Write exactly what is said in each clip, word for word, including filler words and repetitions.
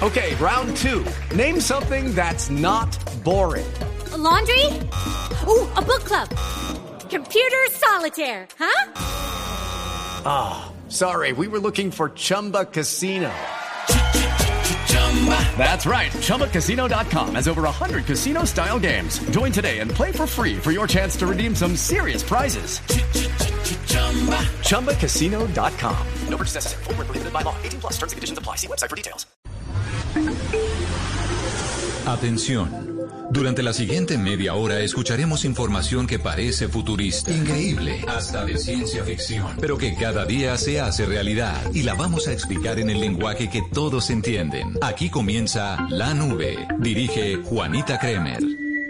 Okay, round two. Name something that's not boring. A laundry? Ooh, a book club. Computer solitaire, huh? Ah, oh, sorry, we were looking for Chumba Casino. That's right, Chumba Casino dot com has over one hundred casino-style games. Join today and play for free for your chance to redeem some serious prizes. Chumba Casino dot com. No purchase necessary. Void where prohibited by law. eighteen plus terms and conditions apply. See website for details. Atención. Durante la siguiente media hora escucharemos información que parece futurista, increíble, hasta de ciencia ficción, pero que cada día se hace realidad y la vamos a explicar en el lenguaje que todos entienden. Aquí comienza La Nube. Dirige Juanita Kremer.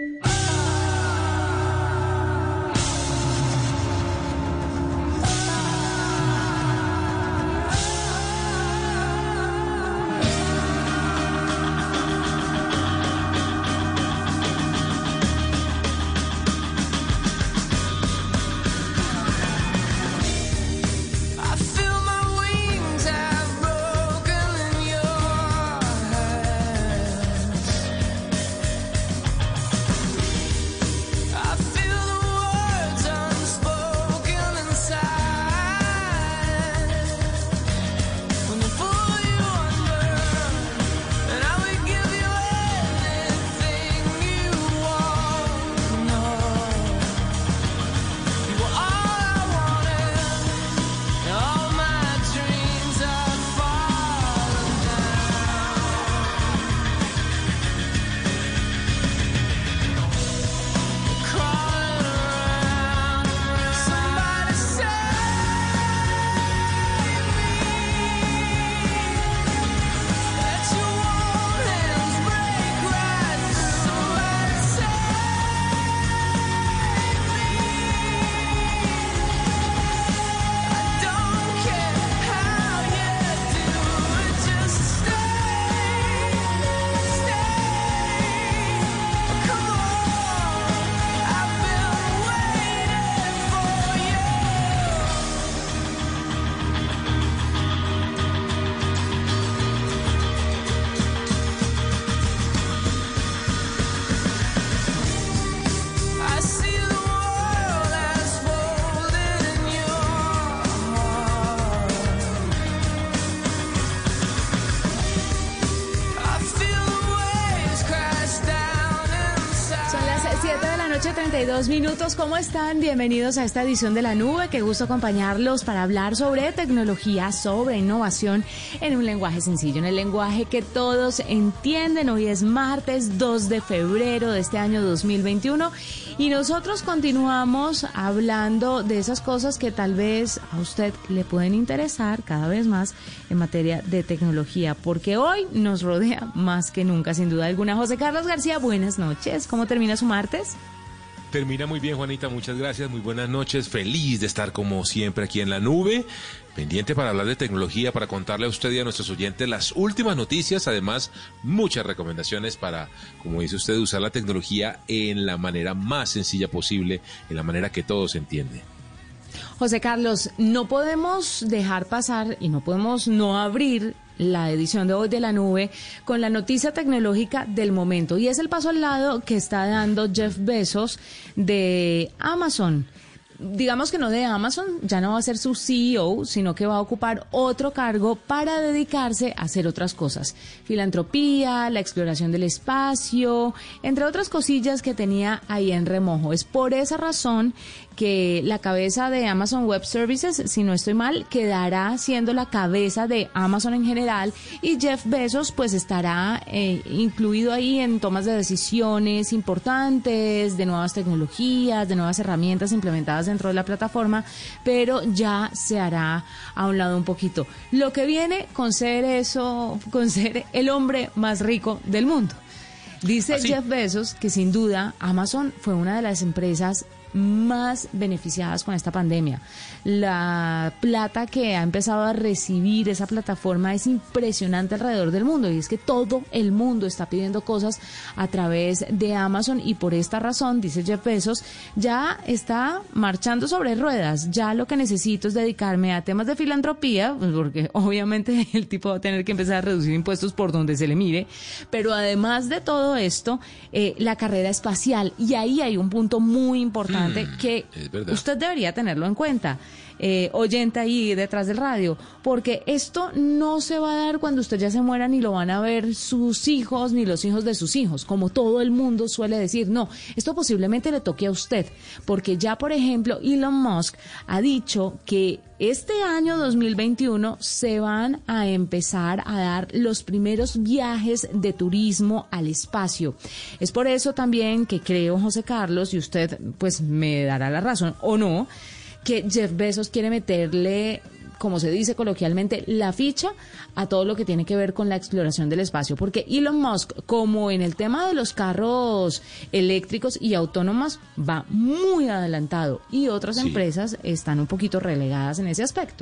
treinta y dos minutos, ¿cómo están? Bienvenidos a esta edición de La Nube. Qué gusto acompañarlos para hablar sobre tecnología, sobre innovación en un lenguaje sencillo, en el lenguaje que todos entienden. Hoy es martes dos de febrero de este año dos mil veintiuno y nosotros continuamos hablando de esas cosas que tal vez a usted le pueden interesar cada vez más en materia de tecnología, porque hoy nos rodea más que nunca, sin duda alguna. José Carlos García, buenas noches. ¿Cómo termina su martes? Termina muy bien, Juanita, muchas gracias, muy buenas noches, feliz de estar como siempre aquí en La Nube, pendiente para hablar de tecnología, para contarle a usted y a nuestros oyentes las últimas noticias, además muchas recomendaciones para, como dice usted, usar la tecnología en la manera más sencilla posible, en la manera que todos entienden. José Carlos, no podemos dejar pasar y no podemos no abrir la edición de hoy de La Nube con la noticia tecnológica del momento, y es el paso al lado que está dando Jeff Bezos de Amazon. Digamos que no de Amazon, ya no va a ser su C E O, sino que va a ocupar otro cargo para dedicarse a hacer otras cosas. Filantropía, la exploración del espacio, entre otras cosillas que tenía ahí en remojo. Es por esa razón que la cabeza de Amazon Web Services, si no estoy mal, quedará siendo la cabeza de Amazon en general, y Jeff Bezos pues estará eh, incluido ahí en tomas de decisiones importantes, de nuevas tecnologías, de nuevas herramientas implementadas dentro de la plataforma, pero ya se hará a un lado un poquito. Lo que viene con ser eso, con ser el hombre más rico del mundo. Dice Jeff Bezos que sin duda Amazon fue una de las empresas más beneficiadas con esta pandemia. La plata que ha empezado a recibir esa plataforma es impresionante alrededor del mundo, y es que todo el mundo está pidiendo cosas a través de Amazon, y por esta razón, dice Jeff Bezos, ya está marchando sobre ruedas. Ya lo que necesito es dedicarme a temas de filantropía, porque obviamente el tipo va a tener que empezar a reducir impuestos por donde se le mire, pero además de todo esto, eh, la carrera espacial, y ahí hay un punto muy importante mm, que usted debería tenerlo en cuenta. Eh, oyente ahí detrás del radio, porque esto no se va a dar cuando usted ya se muera, ni lo van a ver sus hijos ni los hijos de sus hijos, como todo el mundo suele decir. No, esto posiblemente le toque a usted, porque ya, por ejemplo, Elon Musk ha dicho que este año dos mil veintiuno se van a empezar a dar los primeros viajes de turismo al espacio. Es por eso también que creo, José Carlos, y usted pues me dará la razón o no, que Jeff Bezos quiere meterle, como se dice coloquialmente, la ficha a todo lo que tiene que ver con la exploración del espacio, porque Elon Musk, como en el tema de los carros eléctricos y autónomos, va muy adelantado, y otras sí. empresas están un poquito relegadas en ese aspecto.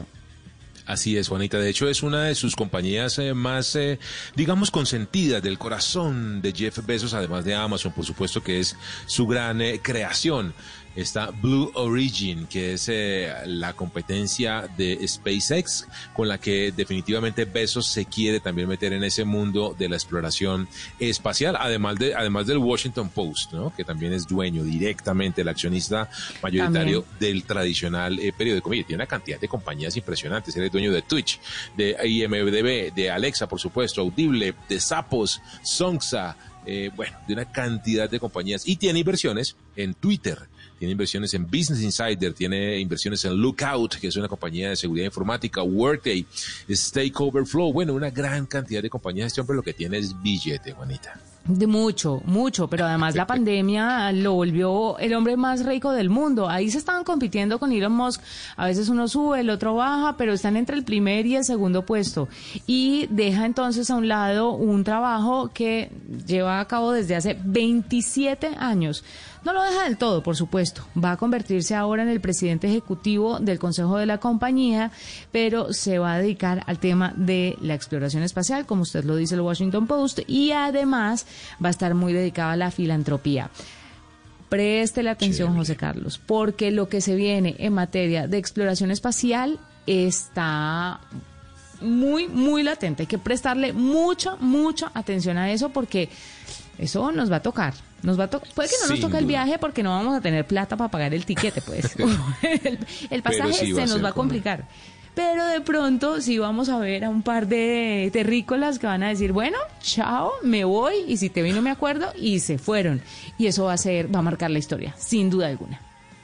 Así es, Juanita. De hecho, es una de sus compañías eh, más, eh, digamos, consentidas del corazón de Jeff Bezos, además de Amazon, por supuesto, que es su gran eh, creación. Está Blue Origin, que es eh, la competencia de SpaceX, con la que definitivamente Bezos se quiere también meter en ese mundo de la exploración espacial, además de además del Washington Post, ¿no? Que también es dueño directamente, el accionista mayoritario también del tradicional eh, periódico. Mire, tiene una cantidad de compañías impresionantes. Él es dueño de Twitch, de I M D B, de Alexa, por supuesto, Audible, de Zappos, Songsa, eh, bueno, de una cantidad de compañías, y tiene inversiones en Twitter. Tiene inversiones en Business Insider, tiene inversiones en Lookout, que es una compañía de seguridad informática, Workday, Stack Overflow, bueno, una gran cantidad de compañías. Este hombre lo que tiene es billete, Juanita. De mucho, mucho, pero además la pandemia lo volvió el hombre más rico del mundo. Ahí se estaban compitiendo con Elon Musk. A veces uno sube, el otro baja, pero están entre el primer y el segundo puesto. Y deja entonces a un lado un trabajo que lleva a cabo desde hace veintisiete años. No lo deja del todo, por supuesto. Va a convertirse ahora en el presidente ejecutivo del consejo de la compañía, pero se va a dedicar al tema de la exploración espacial, como usted lo dice el Washington Post, y además va a estar muy dedicado a la filantropía. Préstele atención, Chévere. José Carlos, porque lo que se viene en materia de exploración espacial está muy, muy latente. Hay que prestarle mucha, mucha atención a eso, porque eso nos va a tocar. Nos va a to- puede que no nos toque el viaje porque no vamos a tener plata para pagar el tiquete, pues. el, el pasaje sí se nos va a complicar. Como... Pero de pronto sí vamos a ver a un par de terrícolas que van a decir, bueno, chao, me voy, y si te vi no me acuerdo, y se fueron. Y eso va a ser, va a marcar la historia, sin duda alguna.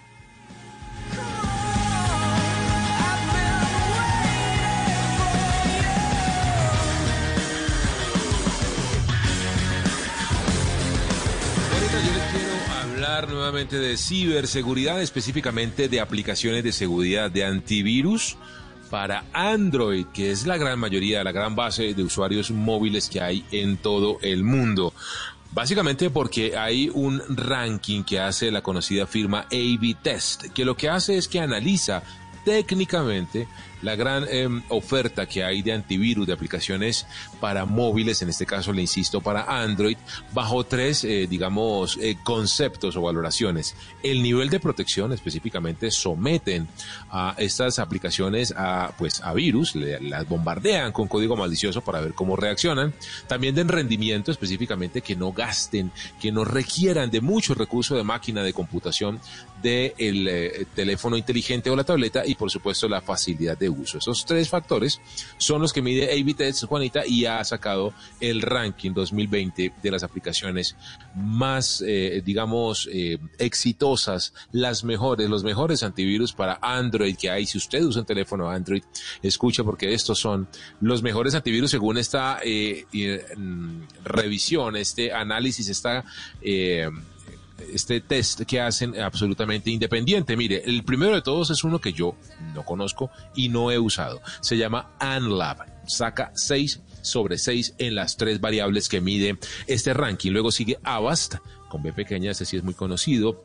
Nuevamente de ciberseguridad, específicamente de aplicaciones de seguridad de antivirus para Android, que es la gran mayoría, la gran base de usuarios móviles que hay en todo el mundo. Básicamente porque hay un ranking que hace la conocida firma A B Test, que lo que hace es que analiza técnicamente la gran eh, oferta que hay de antivirus, de aplicaciones para móviles, en este caso le insisto para Android, bajo tres, eh, digamos, eh, conceptos o valoraciones. El nivel de protección, específicamente someten a estas aplicaciones a, pues, a virus, le, las bombardean con código malicioso para ver cómo reaccionan. También de rendimiento, específicamente que no gasten, que no requieran de mucho recurso de máquina de computación del eh, teléfono inteligente o la tableta, y por supuesto la facilidad de uso. Esos tres factores son los que mide A B Test, Juanita, y ha sacado el ranking dos mil veinte de las aplicaciones más, eh, digamos, eh, exitosas, las mejores, los mejores antivirus para Android que hay. Si usted usa un teléfono Android, escucha, porque estos son los mejores antivirus según esta eh, eh, revisión, este análisis, esta... Eh, este test que hacen absolutamente independiente. Mire, el primero de todos es uno que yo no conozco y no he usado. Se llama AnLab. Saca seis sobre seis en las tres variables que mide este ranking. Luego sigue Avast, con B pequeña, ese sí es muy conocido.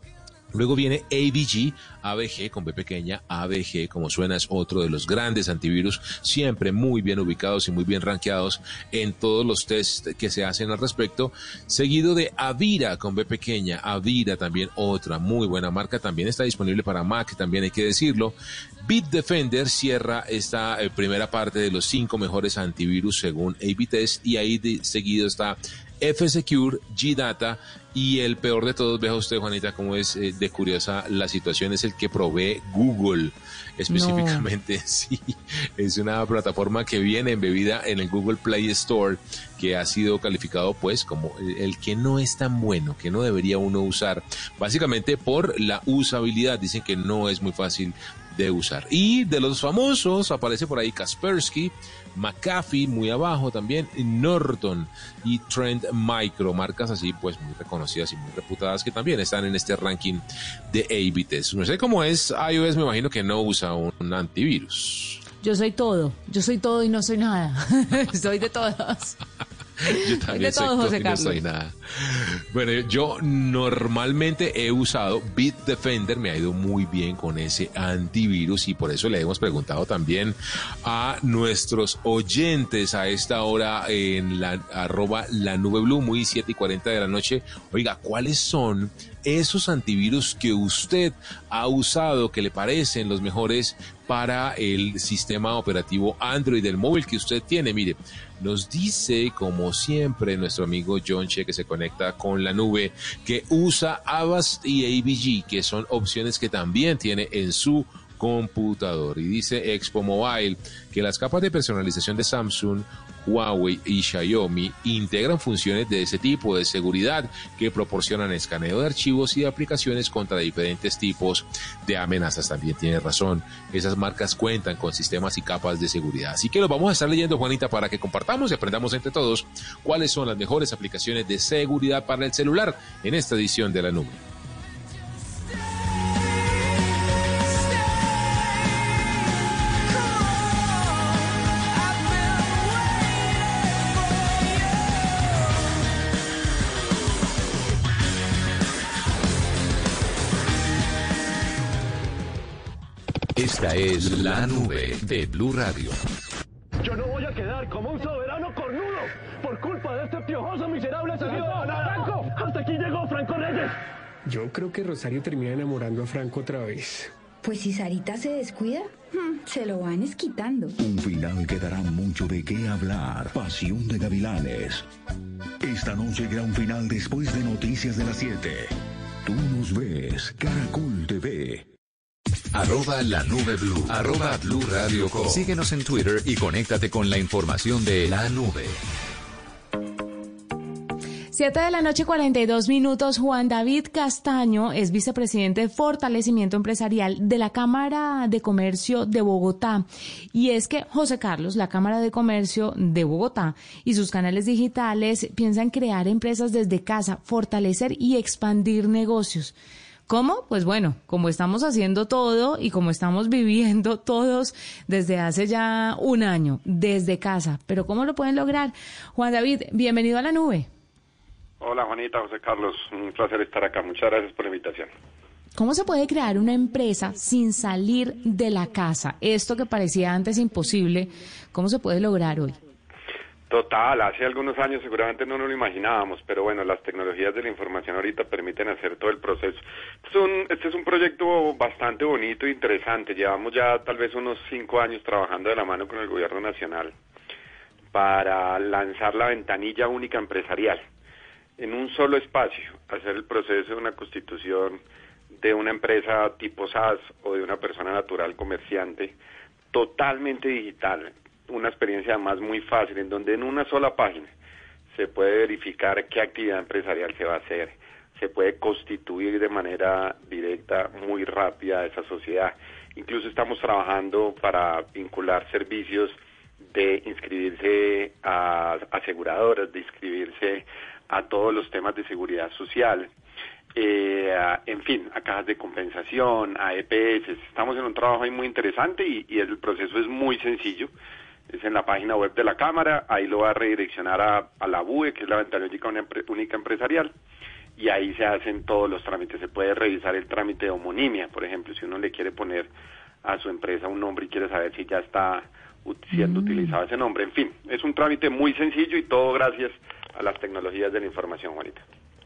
Luego viene A B G, A B G con B pequeña, A B G, como suena, es otro de los grandes antivirus, siempre muy bien ubicados y muy bien rankeados en todos los tests que se hacen al respecto. Seguido de Avira con B pequeña, Avira también otra muy buena marca, también está disponible para Mac, también hay que decirlo. Bitdefender cierra esta eh, primera parte de los cinco mejores antivirus según A B Test, y ahí de, seguido está F-Secure, G-Data, y el peor de todos, vea usted, Juanita, cómo es eh, de curiosa la situación, es el que provee Google, específicamente. No. Sí, es una plataforma que viene embebida en el Google Play Store, que ha sido calificado pues como el, el que no es tan bueno, que no debería uno usar, básicamente por la usabilidad. Dicen que no es muy fácil de usar. Y de los famosos aparece por ahí Kaspersky, McAfee muy abajo también, Norton y Trend Micro, marcas así pues muy reconocidas y muy reputadas que también están en este ranking de A B Test. No sé cómo es iOS, me imagino que no usa un, un antivirus. Yo soy todo, yo soy todo y no soy nada. Soy de todos. Yo también soy todo, José Carlos. No soy nada. Bueno, yo normalmente he usado Bitdefender, me ha ido muy bien con ese antivirus y por eso le hemos preguntado también a nuestros oyentes a esta hora en la arroba la nube blue, muy siete y cuarenta de la noche. Oiga, ¿cuáles son esos antivirus que usted ha usado, que le parecen los mejores para el sistema operativo Android del móvil que usted tiene? Mire, nos dice, como siempre, nuestro amigo John Che, que se conecta con la nube, que usa Avast y A B G, que son opciones que también tiene en su computador. Y dice Expo Mobile que las capas de personalización de Samsung, Huawei y Xiaomi integran funciones de ese tipo de seguridad que proporcionan escaneo de archivos y de aplicaciones contra diferentes tipos de amenazas. También tiene razón, esas marcas cuentan con sistemas y capas de seguridad. Así que los vamos a estar leyendo, Juanita, para que compartamos y aprendamos entre todos cuáles son las mejores aplicaciones de seguridad para el celular en esta edición de La Nube. Esta es La Nube de Blue Radio. Yo no voy a quedar como un soberano cornudo por culpa de este piojoso miserable salido de Franco. Hasta aquí llegó Franco Reyes. Yo creo que Rosario termina enamorando a Franco otra vez. Pues si Sarita se descuida, se lo van esquitando. Un final que dará mucho de qué hablar. Pasión de Gavilanes. Esta noche gran final después de Noticias de las siete. Tú nos ves, Caracol T V. Arroba la nube blue, arroba Blue Radio Co. Síguenos en Twitter y conéctate con la información de La Nube. Siete de la noche, cuarenta y dos minutos. Juan David Castaño es vicepresidente de Fortalecimiento Empresarial de la Cámara de Comercio de Bogotá. Y es que, José Carlos, la Cámara de Comercio de Bogotá y sus canales digitales piensan crear empresas desde casa, fortalecer y expandir negocios. ¿Cómo? Pues bueno, como estamos haciendo todo y como estamos viviendo todos desde hace ya un año, desde casa. Pero ¿cómo lo pueden lograr? Juan David, bienvenido a La Nube. Hola Juanita, José Carlos, un placer estar acá. Muchas gracias por la invitación. ¿Cómo se puede crear una empresa sin salir de la casa? Esto que parecía antes imposible, ¿cómo se puede lograr hoy? Total, hace algunos años seguramente no nos lo imaginábamos, pero bueno, las tecnologías de la información ahorita permiten hacer todo el proceso. Este es un, este es un proyecto bastante bonito e interesante. Llevamos ya tal vez unos cinco años trabajando de la mano con el gobierno nacional para lanzar la ventanilla única empresarial en un solo espacio, hacer el proceso de una constitución de una empresa tipo SaaS o de una persona natural comerciante totalmente digital. Una experiencia además muy fácil, en donde en una sola página se puede verificar qué actividad empresarial se va a hacer, se puede constituir de manera directa, muy rápida a esa sociedad. Incluso estamos trabajando para vincular servicios de inscribirse a aseguradoras, de inscribirse a todos los temas de seguridad social, eh, a, en fin, a cajas de compensación, a E P S. Estamos en un trabajo ahí muy interesante y, y el proceso es muy sencillo. Es en la página web de la Cámara, ahí lo va a redireccionar a, a la B U E, que es la ventanilla única empresarial, y ahí se hacen todos los trámites. Se puede revisar el trámite de homonimia, por ejemplo, si uno le quiere poner a su empresa un nombre y quiere saber si ya está siendo mm. utilizado ese nombre. En fin, es un trámite muy sencillo y todo gracias a las tecnologías de la información, Juanita.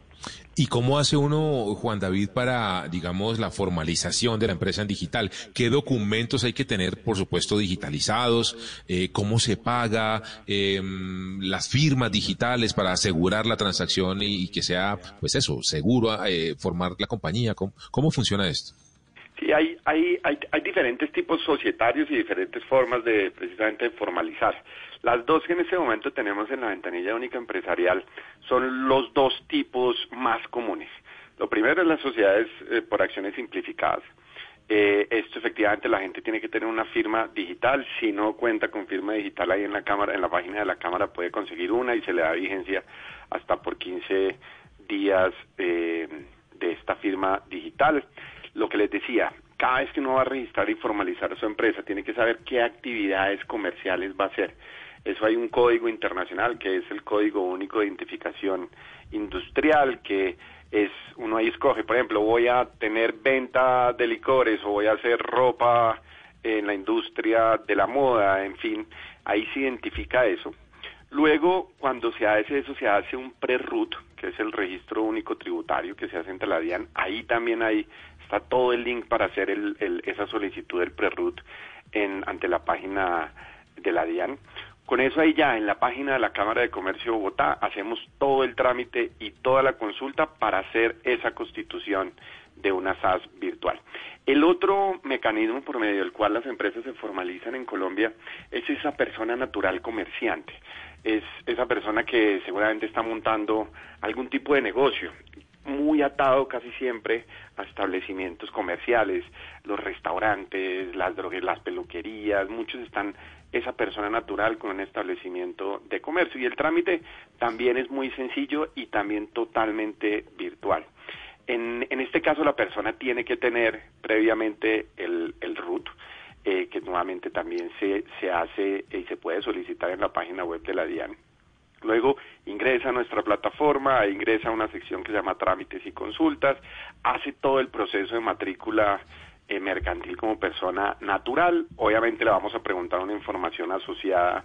¿Y cómo hace uno, Juan David, para, digamos, la formalización de la empresa en digital? ¿Qué documentos hay que tener, por supuesto, digitalizados? Eh, ¿Cómo se paga? Eh, las firmas digitales para asegurar la transacción y, y que sea, pues eso, seguro eh, formar la compañía. ¿Cómo, cómo funciona esto? Sí, hay, hay, hay, hay diferentes tipos societarios y diferentes formas de, precisamente, de formalizar. Las dos que en este momento tenemos en la ventanilla única empresarial son los dos tipos más comunes. Lo primero es las sociedades eh, por acciones simplificadas. Eh, esto efectivamente la gente tiene que tener una firma digital. Si no cuenta con firma digital, ahí en la cámara, en la página de la cámara puede conseguir una y se le da vigencia hasta por quince días eh, de esta firma digital. Lo que les decía, cada vez que uno va a registrar y formalizar su empresa, tiene que saber qué actividades comerciales va a hacer. Eso hay un código internacional que es el Código Único de Identificación Industrial, que es, uno ahí escoge, por ejemplo, voy a tener venta de licores o voy a hacer ropa en la industria de la moda, en fin, ahí se identifica eso. Luego, cuando se hace eso, se hace un pre-R U T, que es el Registro Único Tributario que se hace entre la DIAN. Ahí también hay, está todo el link para hacer el, el, esa solicitud del pre-R U T en, ante la página de la DIAN. Con eso ahí ya en la página de la Cámara de Comercio de Bogotá hacemos todo el trámite y toda la consulta para hacer esa constitución de una S A S virtual. El otro mecanismo por medio del cual las empresas se formalizan en Colombia es esa persona natural comerciante. Es esa persona que seguramente está montando algún tipo de negocio, muy atado casi siempre a establecimientos comerciales, los restaurantes, las droguerías, las peluquerías, muchos están esa persona natural con un establecimiento de comercio, y el trámite también es muy sencillo y también totalmente virtual. En, en este caso la persona tiene que tener previamente el, el R U T, eh, que nuevamente también se, se hace y se puede solicitar en la página web de la DIAN. Luego ingresa a nuestra plataforma, ingresa a una sección que se llama Trámites y Consultas, hace todo el proceso de matrícula eh, mercantil como persona natural. Obviamente le vamos a preguntar una información asociada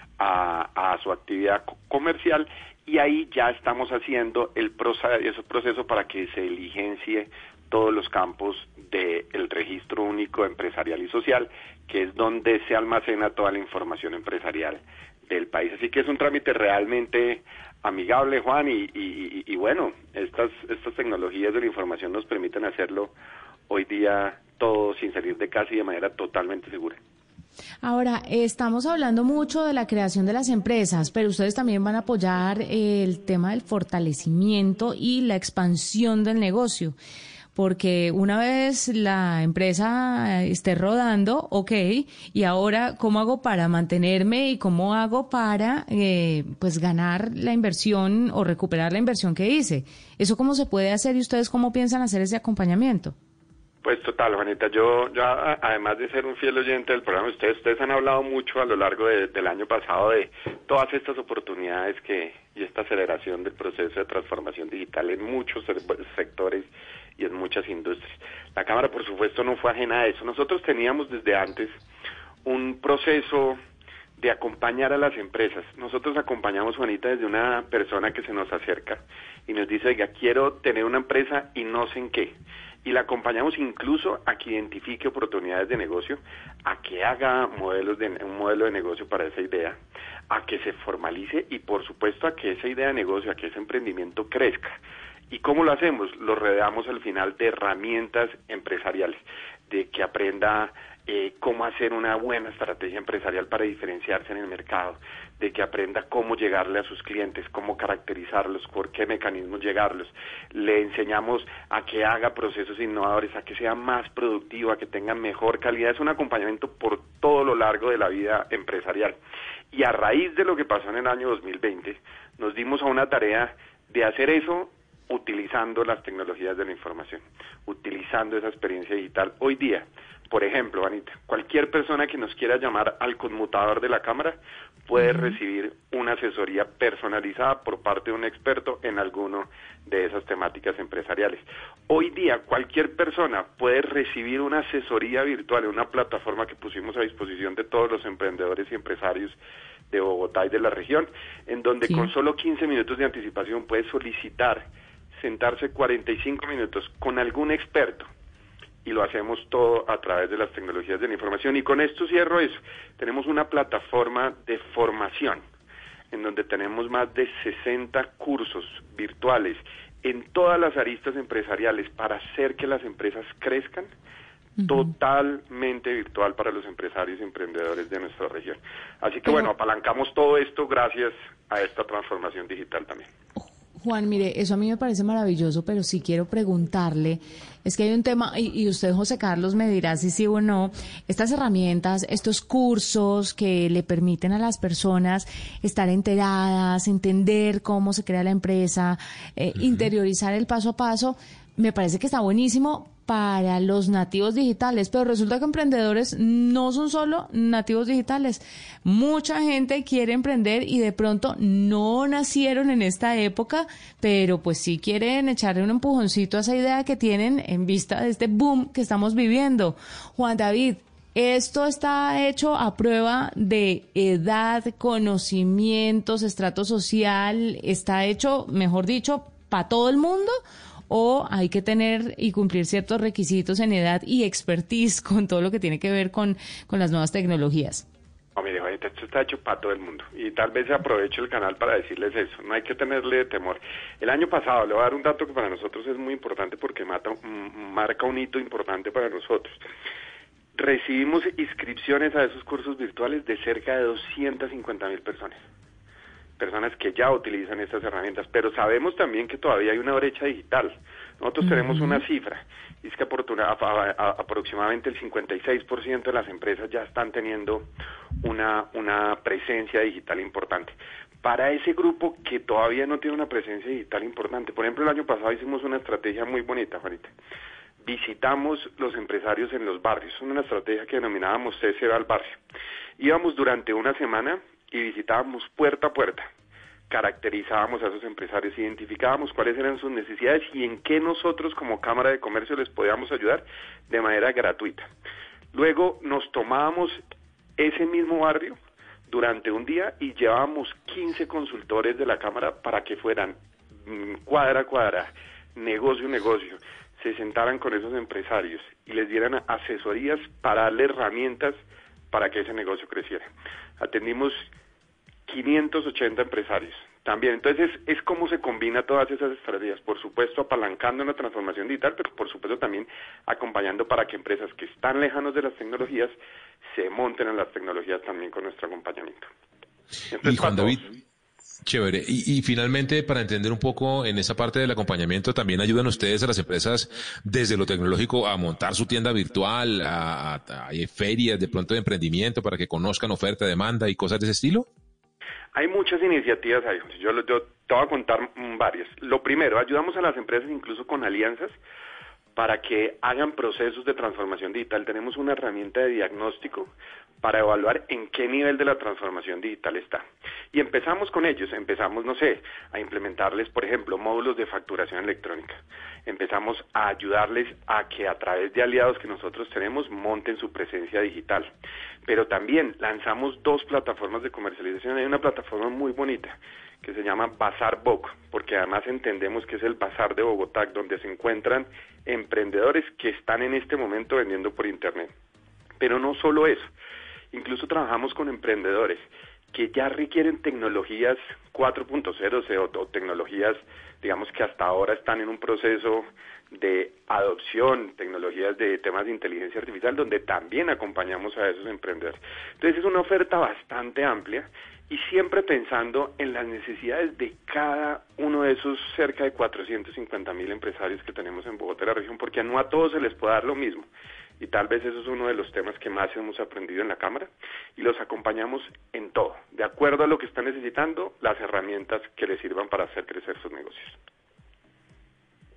a, a su actividad co- comercial y ahí ya estamos haciendo el proceso, proceso para que se diligencie todos los campos del Registro Único Empresarial y Social, que es donde se almacena toda la información empresarial del país. Así que es un trámite realmente amigable, Juan, y, y, y bueno, estas, estas tecnologías de la información nos permiten hacerlo hoy día todo sin salir de casa y de manera totalmente segura. Ahora, estamos hablando mucho de la creación de las empresas, pero ustedes también van a apoyar el tema del fortalecimiento y la expansión del negocio. Porque una vez la empresa esté rodando, ok, y ahora, ¿cómo hago para mantenerme y cómo hago para eh, pues ganar la inversión o recuperar la inversión que hice? ¿Eso cómo se puede hacer y ustedes cómo piensan hacer ese acompañamiento? Pues total, Juanita, yo, yo además de ser un fiel oyente del programa, ustedes ustedes han hablado mucho a lo largo de, del año pasado de todas estas oportunidades que y esta aceleración del proceso de transformación digital en muchos sectores y en muchas industrias. La Cámara, por supuesto, no fue ajena a eso. Nosotros teníamos desde antes un proceso de acompañar a las empresas. Nosotros acompañamos, Juanita, desde una persona que se nos acerca y nos dice, oiga, quiero tener una empresa y no sé en qué. Y la acompañamos incluso a que identifique oportunidades de negocio, a que haga modelos de, un modelo de negocio para esa idea, a que se formalice y, por supuesto, a que esa idea de negocio, a que ese emprendimiento crezca. ¿Y cómo lo hacemos? Lo rodeamos al final de herramientas empresariales, de que aprenda eh, cómo hacer una buena estrategia empresarial para diferenciarse en el mercado, de que aprenda cómo llegarle a sus clientes, cómo caracterizarlos, por qué mecanismos llegarlos. Le enseñamos a que haga procesos innovadores, a que sea más productivo, a que tenga mejor calidad. Es un acompañamiento por todo lo largo de la vida empresarial. Y a raíz de lo que pasó en el año dos mil veinte, nos dimos a una tarea de hacer eso utilizando las tecnologías de la información, utilizando esa experiencia digital. Hoy día, por ejemplo, Anita, cualquier persona que nos quiera llamar al conmutador de la Cámara puedes recibir una asesoría personalizada por parte de un experto en alguno de esas temáticas empresariales. Hoy día cualquier persona puede recibir una asesoría virtual en una plataforma que pusimos a disposición de todos los emprendedores y empresarios de Bogotá y de la región, en donde sí. con solo quince minutos de anticipación puede solicitar sentarse cuarenta y cinco minutos con algún experto, y lo hacemos todo a través de las tecnologías de la información. Y con esto cierro eso. Tenemos una plataforma de formación en donde tenemos más de sesenta cursos virtuales en todas las aristas empresariales para hacer que las empresas crezcan, uh-huh. totalmente virtual para los empresarios y emprendedores de nuestra región. Así que Pero... bueno, apalancamos todo esto gracias a esta transformación digital también. Juan, mire, eso a mí me parece maravilloso, pero sí quiero preguntarle, es que hay un tema, y, y usted, José Carlos, me dirá si sí o no, estas herramientas, estos cursos que le permiten a las personas estar enteradas, entender cómo se crea la empresa, eh, uh-huh. interiorizar el paso a paso, me parece que está buenísimo para los nativos digitales, pero resulta que emprendedores no son solo nativos digitales. Mucha gente quiere emprender y de pronto no nacieron en esta época, pero pues sí quieren echarle un empujoncito a esa idea que tienen en vista de este boom que estamos viviendo. Juan David, ¿esto está hecho a prueba de edad, conocimientos, estrato social? ¿Está hecho, mejor dicho, para todo el mundo? ¿O hay que tener y cumplir ciertos requisitos en edad y expertise con todo lo que tiene que ver con, con las nuevas tecnologías? No, mire, esto está hecho para todo el mundo y tal vez aprovecho el canal para decirles eso, no hay que tenerle temor. El año pasado, le voy a dar un dato que para nosotros es muy importante porque mata, marca un hito importante para nosotros. Recibimos inscripciones a esos cursos virtuales de cerca de doscientas cincuenta mil personas. Personas que ya utilizan estas herramientas, pero sabemos también que todavía hay una brecha digital. Nosotros uh-huh. tenemos una cifra, y es que aproximadamente el cincuenta y seis por ciento de las empresas ya están teniendo una, una presencia digital importante. Para ese grupo que todavía no tiene una presencia digital importante, por ejemplo, el año pasado hicimos una estrategia muy bonita, Juanita. Visitamos los empresarios en los barrios, una estrategia que denominábamos C C al barrio. Íbamos durante una semana y visitábamos puerta a puerta, caracterizábamos a esos empresarios, identificábamos cuáles eran sus necesidades y en qué nosotros como Cámara de Comercio les podíamos ayudar de manera gratuita. Luego nos tomábamos ese mismo barrio durante un día y llevábamos quince consultores de la Cámara para que fueran cuadra a cuadra, negocio a negocio, se sentaran con esos empresarios y les dieran asesorías para darle herramientas para que ese negocio creciera. Atendimos quinientos ochenta empresarios también. Entonces es, es cómo se combina todas esas estrategias, por supuesto apalancando en la transformación digital, pero por supuesto también acompañando para que empresas que están lejanos de las tecnologías se monten en las tecnologías también con nuestro acompañamiento. Entonces, y Juan David, chévere. Y, y finalmente, para entender un poco en esa parte del acompañamiento, también ayudan ustedes a las empresas desde lo tecnológico a montar su tienda virtual, a, a, a ferias de pronto de emprendimiento para que conozcan oferta, demanda y cosas de ese estilo. Hay muchas iniciativas ahí, yo, yo te voy a contar varias. Lo primero, ayudamos a las empresas incluso con alianzas para que hagan procesos de transformación digital. Tenemos una herramienta de diagnóstico para evaluar en qué nivel de la transformación digital está. Y empezamos con ellos, empezamos, no sé, a implementarles, por ejemplo, módulos de facturación electrónica. Empezamos a ayudarles a que a través de aliados que nosotros tenemos monten su presencia digital. Pero también lanzamos dos plataformas de comercialización. Hay una plataforma muy bonita que se llama Bazar Boc, porque además entendemos que es el bazar de Bogotá, donde se encuentran emprendedores que están en este momento vendiendo por internet. Pero no solo eso, incluso trabajamos con emprendedores que ya requieren tecnologías cuatro punto cero o, o tecnologías, digamos que hasta ahora están en un proceso de adopción, tecnologías de temas de inteligencia artificial, donde también acompañamos a esos emprendedores. Entonces es una oferta bastante amplia y siempre pensando en las necesidades de cada uno de esos cerca de cuatrocientos cincuenta mil empresarios que tenemos en Bogotá y la región, porque no a todos se les puede dar lo mismo. Y tal vez eso es uno de los temas que más hemos aprendido en la Cámara y los acompañamos en todo, de acuerdo a lo que están necesitando, las herramientas que les sirvan para hacer crecer sus negocios.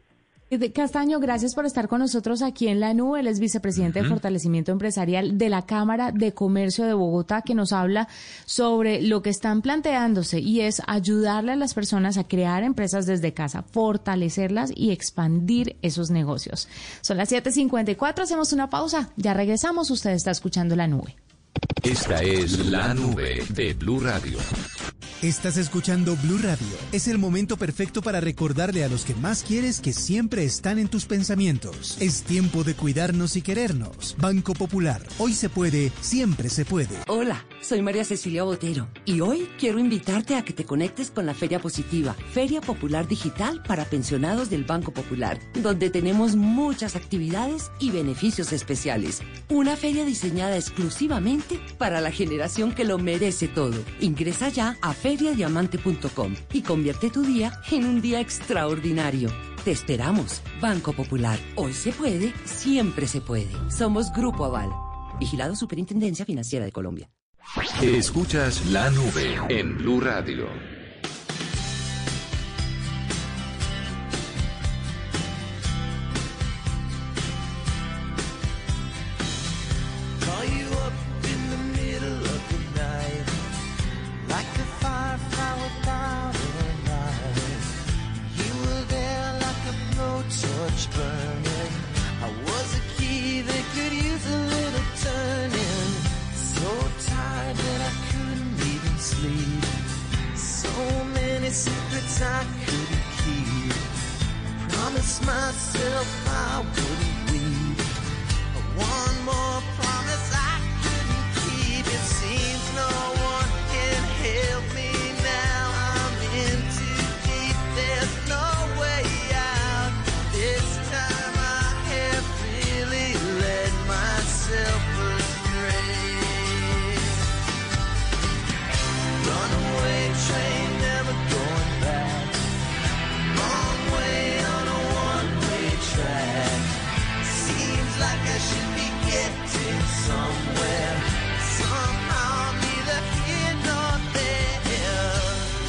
Castaño, gracias por estar con nosotros aquí en La Nube. Él es vicepresidente uh-huh. de Fortalecimiento Empresarial de la Cámara de Comercio de Bogotá, que nos habla sobre lo que están planteándose y es ayudarle a las personas a crear empresas desde casa, fortalecerlas y expandir esos negocios. Son las siete cincuenta y cuatro, hacemos una pausa, ya regresamos, usted está escuchando La Nube. Esta es La Nube de Blue Radio. Estás escuchando Blue Radio. Es el momento perfecto para recordarle a los que más quieres que siempre están en tus pensamientos. Es tiempo de cuidarnos y querernos. Banco Popular. Hoy se puede, siempre se puede. Hola, soy María Cecilia Botero y hoy quiero invitarte a que te conectes con la Feria Positiva, Feria Popular Digital para pensionados del Banco Popular, donde tenemos muchas actividades y beneficios especiales. Una feria diseñada exclusivamente para la generación que lo merece todo. Ingresa ya a feria diamante punto com y convierte tu día en un día extraordinario. Te esperamos. Banco Popular. Hoy se puede, siempre se puede. Somos Grupo Aval. Vigilado Superintendencia Financiera de Colombia. Escuchas La Nube en Blue Radio. Burning. I was a key that could use a little turning. So tired that I couldn't even sleep. So many secrets I couldn't keep. I promised myself I wouldn't leave. One more promise I couldn't keep. It seems no one can help me now. I'm in too deep. There's no way out. This time I have really led myself astray. Runaway train, never going back. Long way on a one-way track. Seems like I should be getting somewhere. Somehow neither here nor there.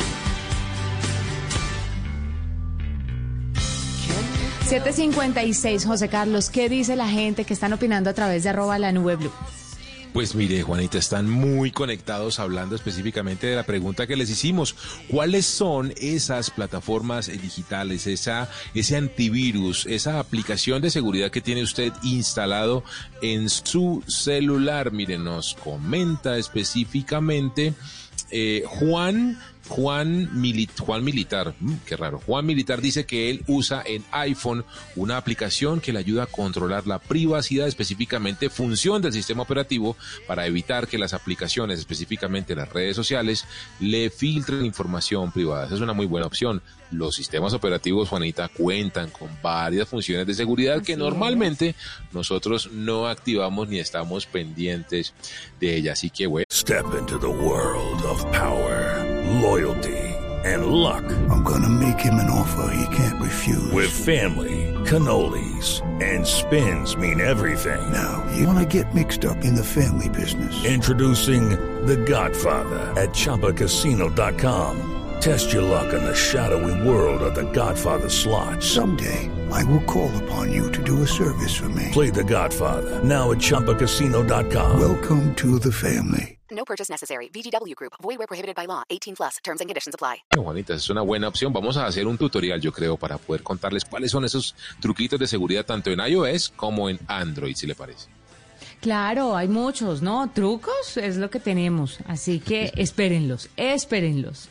siete cincuenta y seis, José Carlos, ¿qué dice la gente que están opinando a través de arroba la nube blue? Pues mire, Juanita, están muy conectados hablando específicamente de la pregunta que les hicimos. ¿Cuáles son esas plataformas digitales, esa, ese antivirus, esa aplicación de seguridad que tiene usted instalado en su celular? Mire, nos comenta específicamente eh, Juan... Juan, Mili- Juan Militar, mm, qué raro, Juan Militar dice que él usa en iPhone una aplicación que le ayuda a controlar la privacidad, específicamente función del sistema operativo, para evitar que las aplicaciones, específicamente las redes sociales, le filtren información privada. Esa es una muy buena opción. Los sistemas operativos, Juanita, cuentan con varias funciones de seguridad que normalmente nosotros no activamos ni estamos pendientes de ellas. Así que, bueno. Step into the world of power, loyalty, and luck. I'm gonna make him an offer he can't refuse. With family, cannolis, and spins mean everything. Now, you wanna get mixed up in the family business. Introducing The Godfather at Chumba Casino dot com. Test your luck in the shadowy world of The Godfather slot. Someday, I will call upon you to do a service for me. Play The Godfather, now at Chumba Casino dot com. Welcome to the family. No purchase necessary. V G W Group. Void where prohibited by law. eighteen plus. Terms and conditions apply. Bueno, Juanita, es una buena opción. Vamos a hacer un tutorial, yo creo, para poder contarles cuáles son esos truquitos de seguridad tanto en iOS como en Android, si le parece. Claro, hay muchos, ¿no? Trucos es lo que tenemos. Así que espérenlos, espérenlos.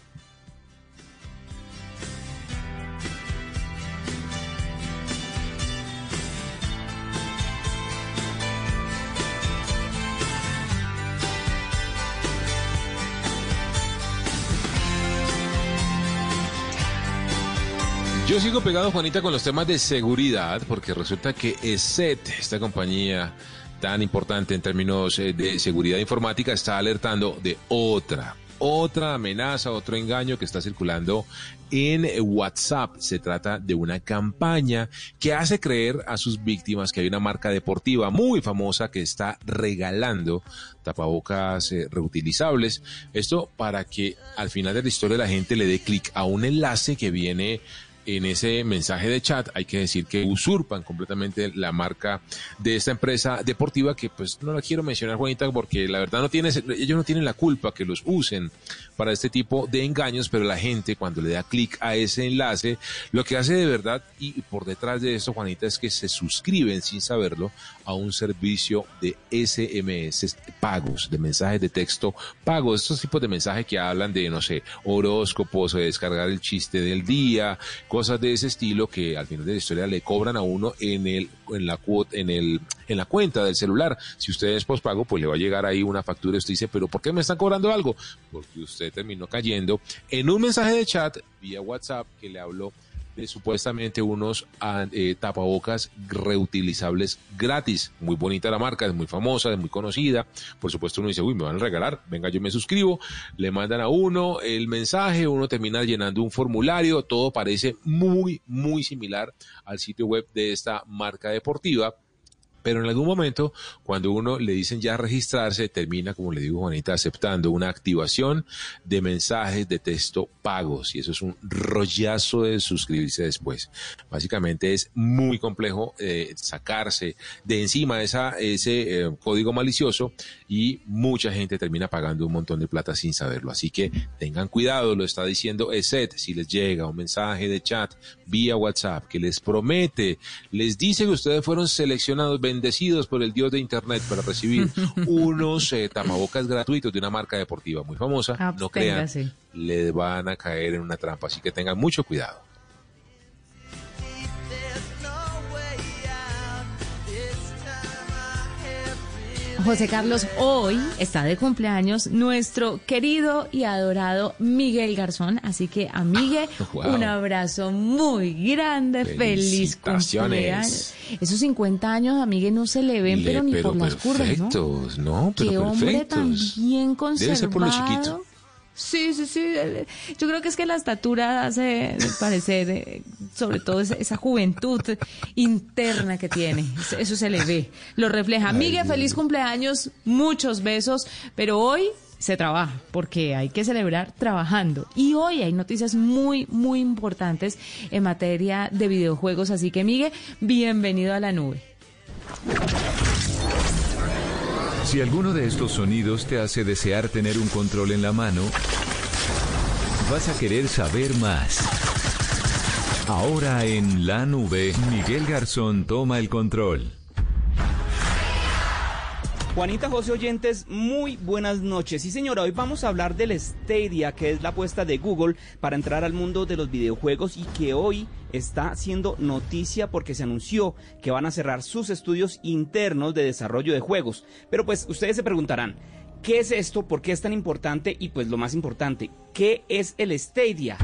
Yo sigo pegado, Juanita, con los temas de seguridad, porque resulta que ESET, esta compañía tan importante en términos de seguridad informática, está alertando de otra, otra amenaza, otro engaño que está circulando en WhatsApp. Se trata de una campaña que hace creer a sus víctimas que hay una marca deportiva muy famosa que está regalando tapabocas eh, reutilizables. Esto para que al final de la historia la gente le dé clic a un enlace que viene en ese mensaje de chat, hay que decir que usurpan completamente la marca de esta empresa deportiva que pues no la quiero mencionar, Juanita, porque la verdad no tiene, ellos no tienen la culpa que los usen para este tipo de engaños, pero la gente cuando le da clic a ese enlace, lo que hace de verdad y por detrás de esto, Juanita, es que se suscriben sin saberlo a un servicio de ese eme ese pagos, de mensajes de texto pagos, estos tipos de mensajes que hablan de, no sé, horóscopos, o de descargar el chiste del día, cosas de ese estilo que al final de la historia le cobran a uno en el en la cuota en el en la cuenta del celular. Si usted es pospago, pues le va a llegar ahí una factura y usted dice, pero ¿por qué me están cobrando algo? Porque usted terminó cayendo en un mensaje de chat vía WhatsApp que le habló de supuestamente unos eh, tapabocas reutilizables gratis. Muy bonita la marca, es muy famosa, es muy conocida. Por supuesto uno dice, uy, me van a regalar, venga, yo me suscribo. Le mandan a uno el mensaje, uno termina llenando un formulario, todo parece muy, muy similar al sitio web de esta marca deportiva. Pero en algún momento, cuando uno le dicen ya registrarse, termina, como le digo, Juanita, aceptando una activación de mensajes de texto pagos. Y eso es un rollazo de suscribirse después. Básicamente es muy complejo eh, sacarse de encima esa, ese eh, código malicioso y mucha gente termina pagando un montón de plata sin saberlo. Así que tengan cuidado, lo está diciendo ESET. Si les llega un mensaje de chat vía WhatsApp que les promete, les dice que ustedes fueron seleccionados, bendecidos por el Dios de Internet para recibir unos eh, tapabocas gratuitos de una marca deportiva muy famosa, Absténgase. No crean, le van a caer en una trampa, así que tengan mucho cuidado. José Carlos, hoy está de cumpleaños nuestro querido y adorado Miguel Garzón, así que a Miguel wow. un abrazo muy grande, feliz cumpleaños. Esos cincuenta años a Miguel no se le ven, le, pero ni pero por las curvas, ¿no? No, pero qué perfectos. Hombre tan bien conservado. Debe ser por lo chiquito. Sí, sí, sí. Yo creo que es que la estatura hace parecer, eh, sobre todo esa, esa juventud interna que tiene. Eso se le ve, lo refleja. Miguel, feliz cumpleaños, muchos besos, pero hoy se trabaja porque hay que celebrar trabajando. Y hoy hay noticias muy, muy importantes en materia de videojuegos. Así que, Miguel, bienvenido a la nube. Si alguno de estos sonidos te hace desear tener un control en la mano, vas a querer saber más. Ahora en la nube, Miguel Garzón toma el control. Juanita, José, oyentes, muy buenas noches. Sí, señora, hoy vamos a hablar del Stadia, que es la apuesta de Google para entrar al mundo de los videojuegos y que hoy está siendo noticia porque se anunció que van a cerrar sus estudios internos de desarrollo de juegos. Pero pues ustedes se preguntarán, ¿qué es esto? ¿Por qué es tan importante? Y pues lo más importante, ¿qué es el Stadia?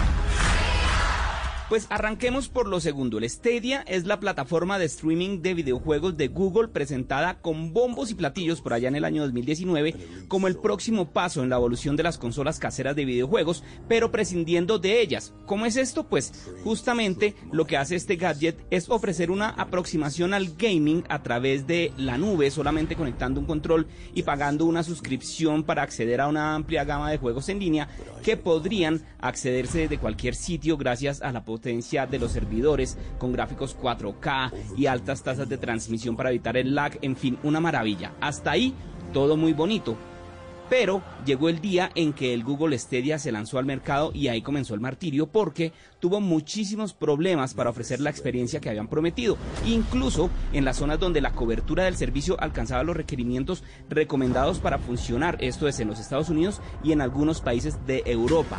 Pues arranquemos por lo segundo. El Stadia es la plataforma de streaming de videojuegos de Google presentada con bombos y platillos por allá en el año dos mil diecinueve como el próximo paso en la evolución de las consolas caseras de videojuegos, pero prescindiendo de ellas. ¿Cómo es esto? Pues justamente lo que hace este gadget es ofrecer una aproximación al gaming a través de la nube, solamente conectando un control y pagando una suscripción para acceder a una amplia gama de juegos en línea que podrían accederse desde cualquier sitio gracias a la potencia de los servidores con gráficos cuatro K y altas tasas de transmisión para evitar el lag, en fin, una maravilla. Hasta ahí todo muy bonito. Pero llegó el día en que el Google Stadia se lanzó al mercado y ahí comenzó el martirio porque tuvo muchísimos problemas para ofrecer la experiencia que habían prometido, incluso en las zonas donde la cobertura del servicio alcanzaba los requerimientos recomendados para funcionar, esto es en los Estados Unidos y en algunos países de Europa.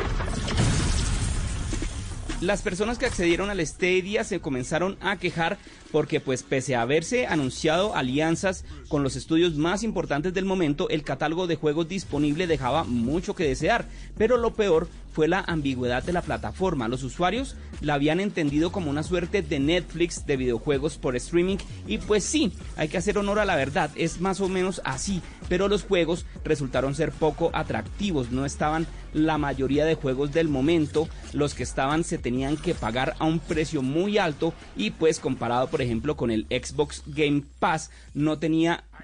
Las personas que accedieron al Stadia se comenzaron a quejar porque pues pese a haberse anunciado alianzas con los estudios más importantes del momento, el catálogo de juegos disponible dejaba mucho que desear, pero lo peor fue la ambigüedad de la plataforma. Los usuarios la habían entendido como una suerte de Netflix de videojuegos por streaming y pues sí, hay que hacer honor a la verdad, es más o menos así, pero los juegos resultaron ser poco atractivos, no estaban la mayoría de juegos del momento, los que estaban se tenían que pagar a un precio muy alto y pues comparado por ejemplo con el Xbox Game Pass no tenía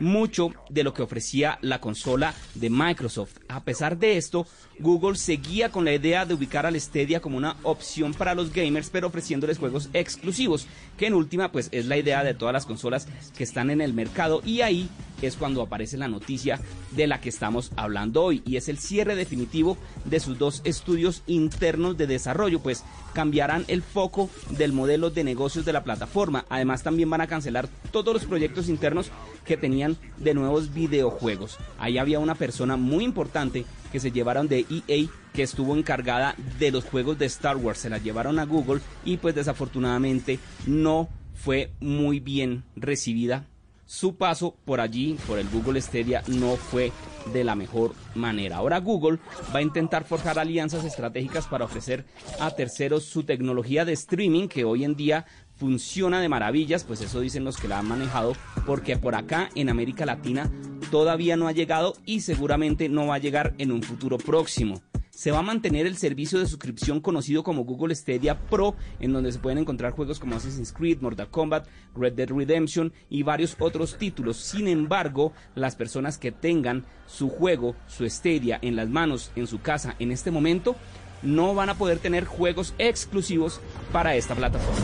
mucho de lo que ofrecía la consola de Microsoft. A pesar de esto, Google seguía con la idea de ubicar al Stadia como una opción para los gamers, pero ofreciéndoles juegos exclusivos, que en última pues es la idea de todas las consolas que están en el mercado, y ahí es cuando aparece la noticia de la que estamos hablando hoy, y es el cierre definitivo de sus dos estudios internos de desarrollo, pues cambiarán el foco del modelo de negocios de la plataforma. Además también van a cancelar todos los proyectos internos que tenían de nuevos videojuegos. Ahí había una persona muy importante que se llevaron de E A, que estuvo encargada de los juegos de Star Wars, se la llevaron a Google y pues desafortunadamente no fue muy bien recibida. Su paso por allí, por el Google Stadia, no fue de la mejor manera. Ahora Google va a intentar forjar alianzas estratégicas para ofrecer a terceros su tecnología de streaming, que hoy en día funciona de maravillas, pues eso dicen los que la han manejado, porque por acá en América Latina todavía no ha llegado y seguramente no va a llegar en un futuro próximo. Se va a mantener el servicio de suscripción conocido como Google Stadia Pro, en donde se pueden encontrar juegos como Assassin's Creed, Mortal Kombat, Red Dead Redemption y varios otros títulos. Sin embargo, las personas que tengan su juego, su Stadia en las manos, en su casa en este momento, no van a poder tener juegos exclusivos para esta plataforma.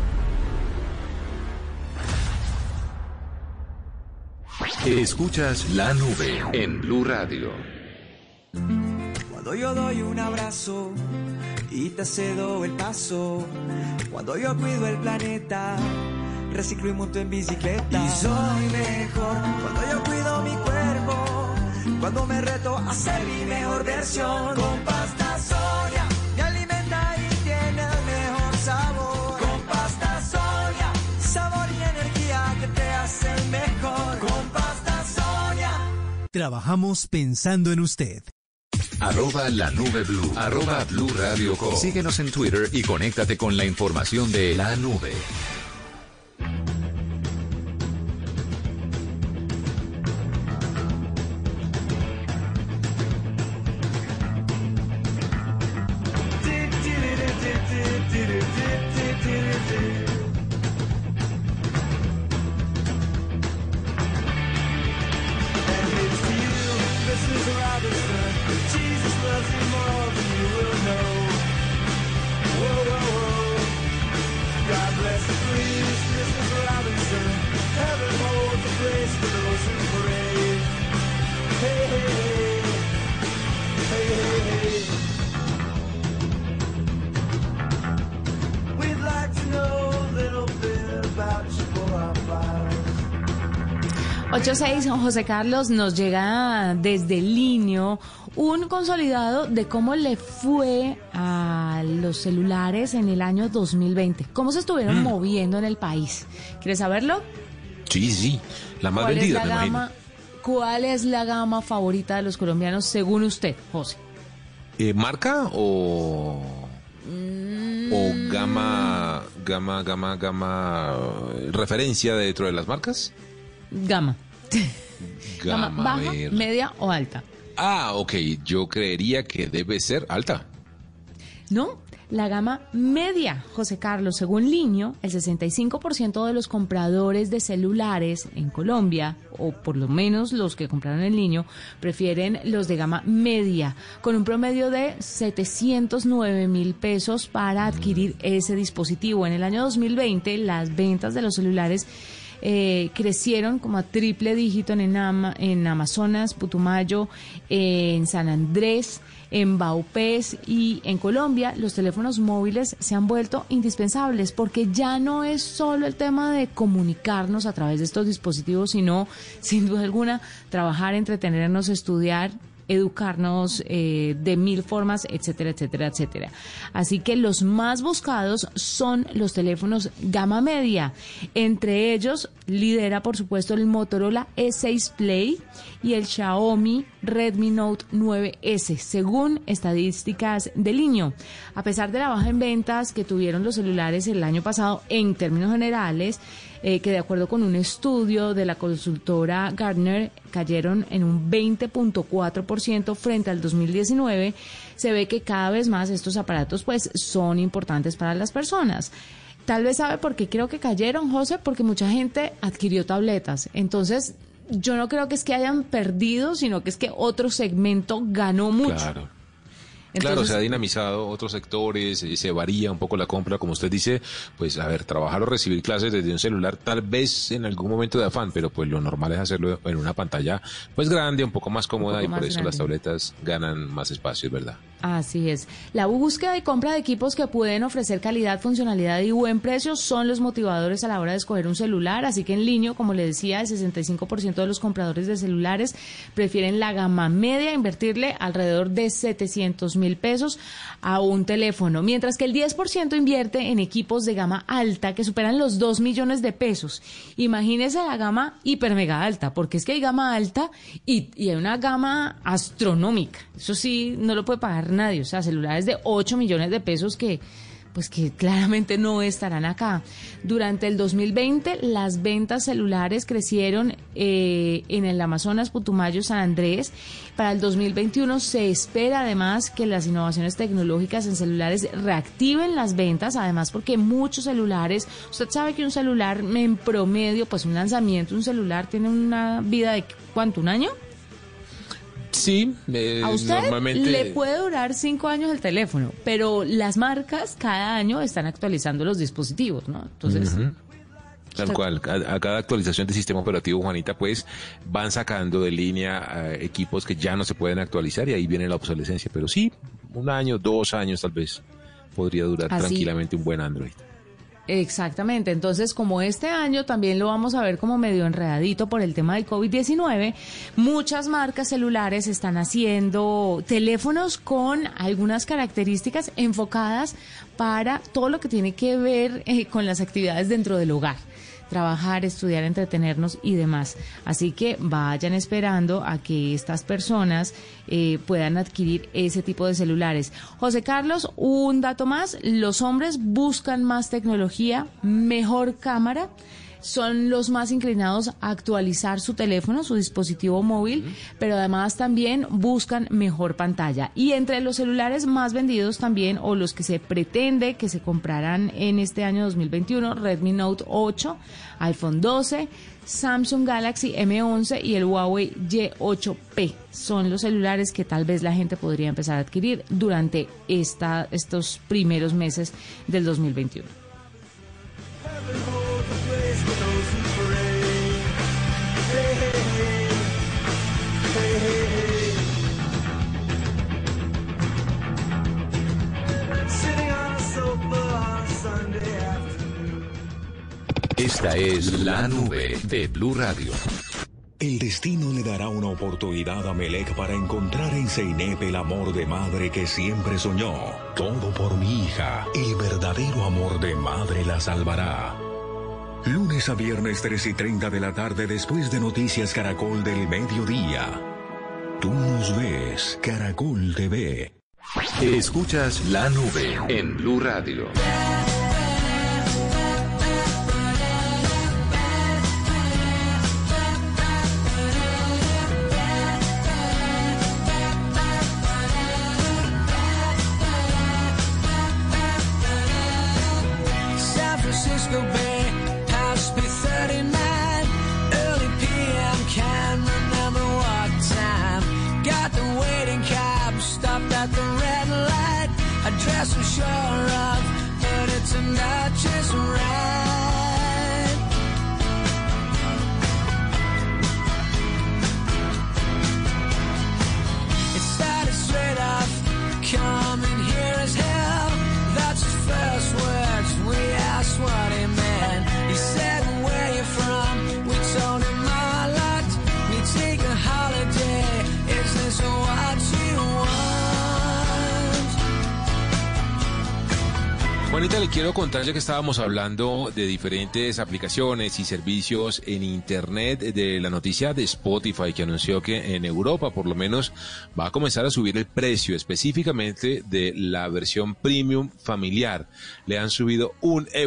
Escuchas La Nube en Blue Radio. Cuando yo doy un abrazo y te cedo el paso, cuando yo cuido el planeta, reciclo y monto en bicicleta. Y soy mejor cuando yo cuido mi cuerpo, cuando me reto a ser mi mejor versión. Con pasta Sonia me alimenta y tiene el mejor sabor. Con pasta Sonia, sabor y energía que te hacen mejor. Con pasta Sonia. Trabajamos pensando en usted. Arroba la nube blue. Arroba Blue Radio Co. Síguenos en Twitter y conéctate con la información de La Nube. ocho seis, José Carlos, nos llega desde Linio un consolidado de cómo le fue a los celulares en el año dos mil veinte. ¿Cómo se estuvieron mm. moviendo en el país? ¿Quieres saberlo? Sí, sí, la más vendida, me gama, imagino. ¿Cuál es la gama favorita de los colombianos según usted, José? Eh, ¿Marca o...? Mm. ¿O gama, gama, gama, gama, referencia dentro de las marcas? Gama. Gama, Gama baja, ver. media o alta. Ah, ok, yo creería que debe ser alta. No, la gama media, José Carlos. Según Linio, el sesenta y cinco por ciento de los compradores de celulares en Colombia, o por lo menos los que compraron en Linio, prefieren los de gama media, con un promedio de setecientos nueve mil pesos para adquirir ese dispositivo. En el año dos mil veinte, las ventas de los celulares Eh, crecieron como a triple dígito en, Ama, en Amazonas, Putumayo, eh, en San Andrés, en Vaupés y en Colombia. Los teléfonos móviles se han vuelto indispensables porque ya no es solo el tema de comunicarnos a través de estos dispositivos, sino, sin duda alguna, trabajar, entretenernos, estudiar, educarnos eh, de mil formas, etcétera, etcétera, etcétera. Así que los más buscados son los teléfonos gama media. Entre ellos lidera, por supuesto, el Motorola E seis Play y el Xiaomi Redmi Note nueve ese, según estadísticas de Linio. A pesar de la baja en ventas que tuvieron los celulares el año pasado, en términos generales, Eh, que de acuerdo con un estudio de la consultora Gartner cayeron en un veinte punto cuatro por ciento frente al dos mil diecinueve, se ve que cada vez más estos aparatos pues son importantes para las personas. Tal vez sabe por qué creo que cayeron, José, porque mucha gente adquirió tabletas. Entonces yo no creo que es que hayan perdido, sino que es que otro segmento ganó mucho. Claro. Entonces, claro, se ha dinamizado otros sectores, eh, se varía un poco la compra, como usted dice, pues a ver, trabajar o recibir clases desde un celular, tal vez en algún momento de afán, pero pues lo normal es hacerlo en una pantalla pues grande, un poco más cómoda, poco y por más eso grande. las tabletas ganan más espacio, es verdad. Así es. La búsqueda y compra de equipos que pueden ofrecer calidad, funcionalidad y buen precio son los motivadores a la hora de escoger un celular, así que en línea, como le decía, el sesenta y cinco por ciento de los compradores de celulares prefieren la gama media, invertirle alrededor de setecientos mil pesos a un teléfono, mientras que el diez por ciento invierte en equipos de gama alta que superan los dos millones de pesos. Imagínese la gama hiper mega alta, porque es que hay gama alta y, y hay una gama astronómica. Eso sí, no lo puede pagar nadie, o sea, celulares de ocho millones de pesos que pues que claramente no estarán acá. Durante el dos mil veinte, las ventas celulares crecieron eh, en el Amazonas, Putumayo, San Andrés. Para el dos mil veintiuno se espera además que las innovaciones tecnológicas en celulares reactiven las ventas, además porque muchos celulares, usted sabe que un celular en promedio, pues un lanzamiento, un celular tiene una vida de ¿cuánto? ¿Un año? Sí, eh, a usted normalmente le puede durar cinco años el teléfono, pero las marcas cada año están actualizando los dispositivos, ¿no? Entonces, uh-huh. Tal usted... cual, a, a cada actualización de sistema operativo, Juanita, pues van sacando de línea uh, equipos que ya no se pueden actualizar y ahí viene la obsolescencia, pero sí, un año, dos años tal vez podría durar Así. tranquilamente un buen Android. Exactamente, entonces como este año también lo vamos a ver como medio enredadito por el tema del COVID diecinueve, muchas marcas celulares están haciendo teléfonos con algunas características enfocadas para todo lo que tiene que ver eh, con las actividades dentro del hogar. Trabajar, estudiar, entretenernos y demás. Así que vayan esperando a que estas personas eh, puedan adquirir ese tipo de celulares. José Carlos, un dato más, los hombres buscan más tecnología, mejor cámara, son los más inclinados a actualizar su teléfono, su dispositivo móvil, uh-huh. pero además también buscan mejor pantalla. Y entre los celulares más vendidos también, o los que se pretende que se comprarán en este año dos mil veintiuno, Redmi Note ocho, iPhone doce, Samsung Galaxy eme once y el Huawei ye ocho pe. Son los celulares que tal vez la gente podría empezar a adquirir durante esta, estos primeros meses del dos mil veintiuno. Esta es la nube de Blue Radio. El destino le dará una oportunidad a Melec para encontrar en Zeynep el amor de madre que siempre soñó. Todo por mi hija. El verdadero amor de madre la salvará. Lunes a viernes tres y treinta de la tarde después de Noticias Caracol del mediodía. Tú nos ves, Caracol T V. Escuchas la nube en Blue Radio. I'm sure of, but it turned out just right. It started straight off, coming here as hell. That's his first words. We asked what he meant. He said, where you from? We told him I locked. We take a holiday. Is this what you want? Juanita, le quiero contar, ya que estábamos hablando de diferentes aplicaciones y servicios en Internet, de la noticia de Spotify, que anunció que en Europa, por lo menos, va a comenzar a subir el precio, específicamente de la versión premium familiar. Le han subido un euro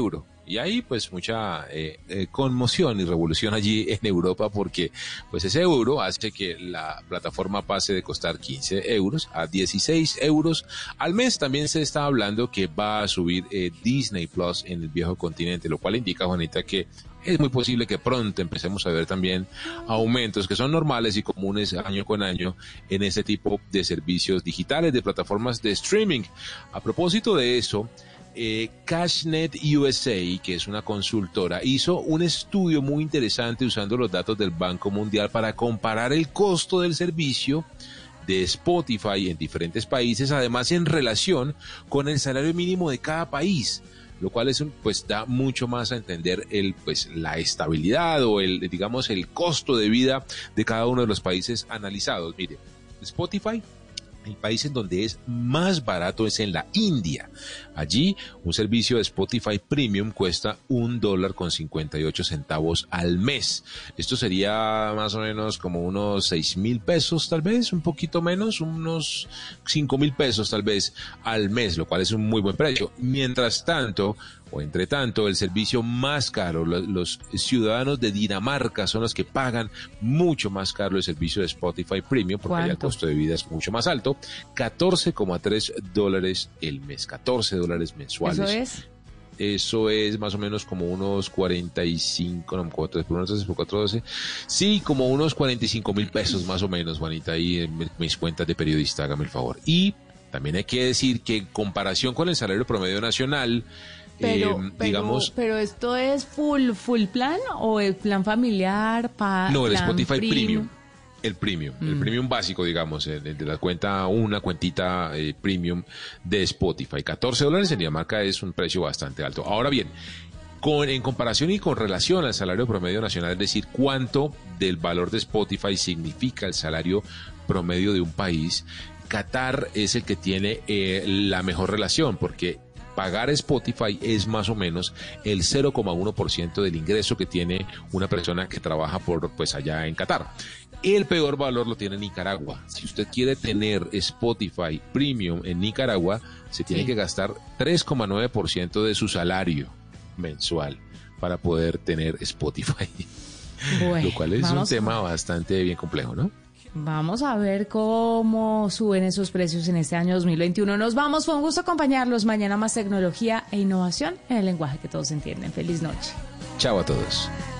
Y hay pues mucha eh, eh, conmoción y revolución allí en Europa porque pues ese euro hace que la plataforma pase de costar quince euros a dieciséis euros al mes. También se está hablando que va a subir eh, Disney Plus en el viejo continente, lo cual indica, Juanita, que es muy posible que pronto empecemos a ver también aumentos que son normales y comunes año con año en este tipo de servicios digitales, de plataformas de streaming. A propósito de eso, Eh, Cashnet U S A, que es una consultora, hizo un estudio muy interesante usando los datos del Banco Mundial para comparar el costo del servicio de Spotify en diferentes países, además en relación con el salario mínimo de cada país, lo cual es un, pues da mucho más a entender el pues la estabilidad o el digamos el costo de vida de cada uno de los países analizados. Mire, Spotify, el país en donde es más barato es en la India. Allí, un servicio de Spotify Premium cuesta un dólar con cincuenta y ocho centavos al mes. Esto sería más o menos como unos seis mil pesos, tal vez, un poquito menos, unos cinco mil pesos tal vez al mes, lo cual es un muy buen precio. Mientras tanto, o entre tanto, el servicio más caro, los, los ciudadanos de Dinamarca son los que pagan mucho más caro el servicio de Spotify Premium, porque allá el costo de vida es mucho más alto, catorce coma tres dólares el mes, catorce dólares mensuales. ¿Eso es? Eso es más o menos como unos cuarenta y cinco, no, cuatro por uno, por cuatro, doce, sí, como unos cuarenta y cinco mil pesos más o menos, Juanita, ahí en mis cuentas de periodista, hágame el favor. Y también hay que decir que en comparación con el salario promedio nacional, Pero, eh, pero, digamos, pero esto es full full plan o el plan familiar pa, no, el plan Spotify premium. Premium, el Premium, mm. el Premium básico, digamos, el, el de la cuenta, una cuentita eh, Premium de Spotify, catorce dólares en Dinamarca es un precio bastante alto. Ahora bien, con, en comparación y con relación al salario promedio nacional, es decir, cuánto del valor de Spotify significa el salario promedio de un país, Qatar es el que tiene eh, la mejor relación, porque pagar Spotify es más o menos el cero coma uno por ciento del ingreso que tiene una persona que trabaja por pues allá en Qatar. El peor valor lo tiene Nicaragua. Si usted quiere tener Spotify Premium en Nicaragua, se tiene sí. que gastar tres coma nueve por ciento de su salario mensual para poder tener Spotify. Bueno, lo cual es un tema bastante bien complejo, ¿no? Vamos a ver cómo suben esos precios en este año dos mil veintiuno. Nos vamos, fue un gusto acompañarlos. Mañana más tecnología e innovación en el lenguaje que todos entienden. Feliz noche. Chao a todos.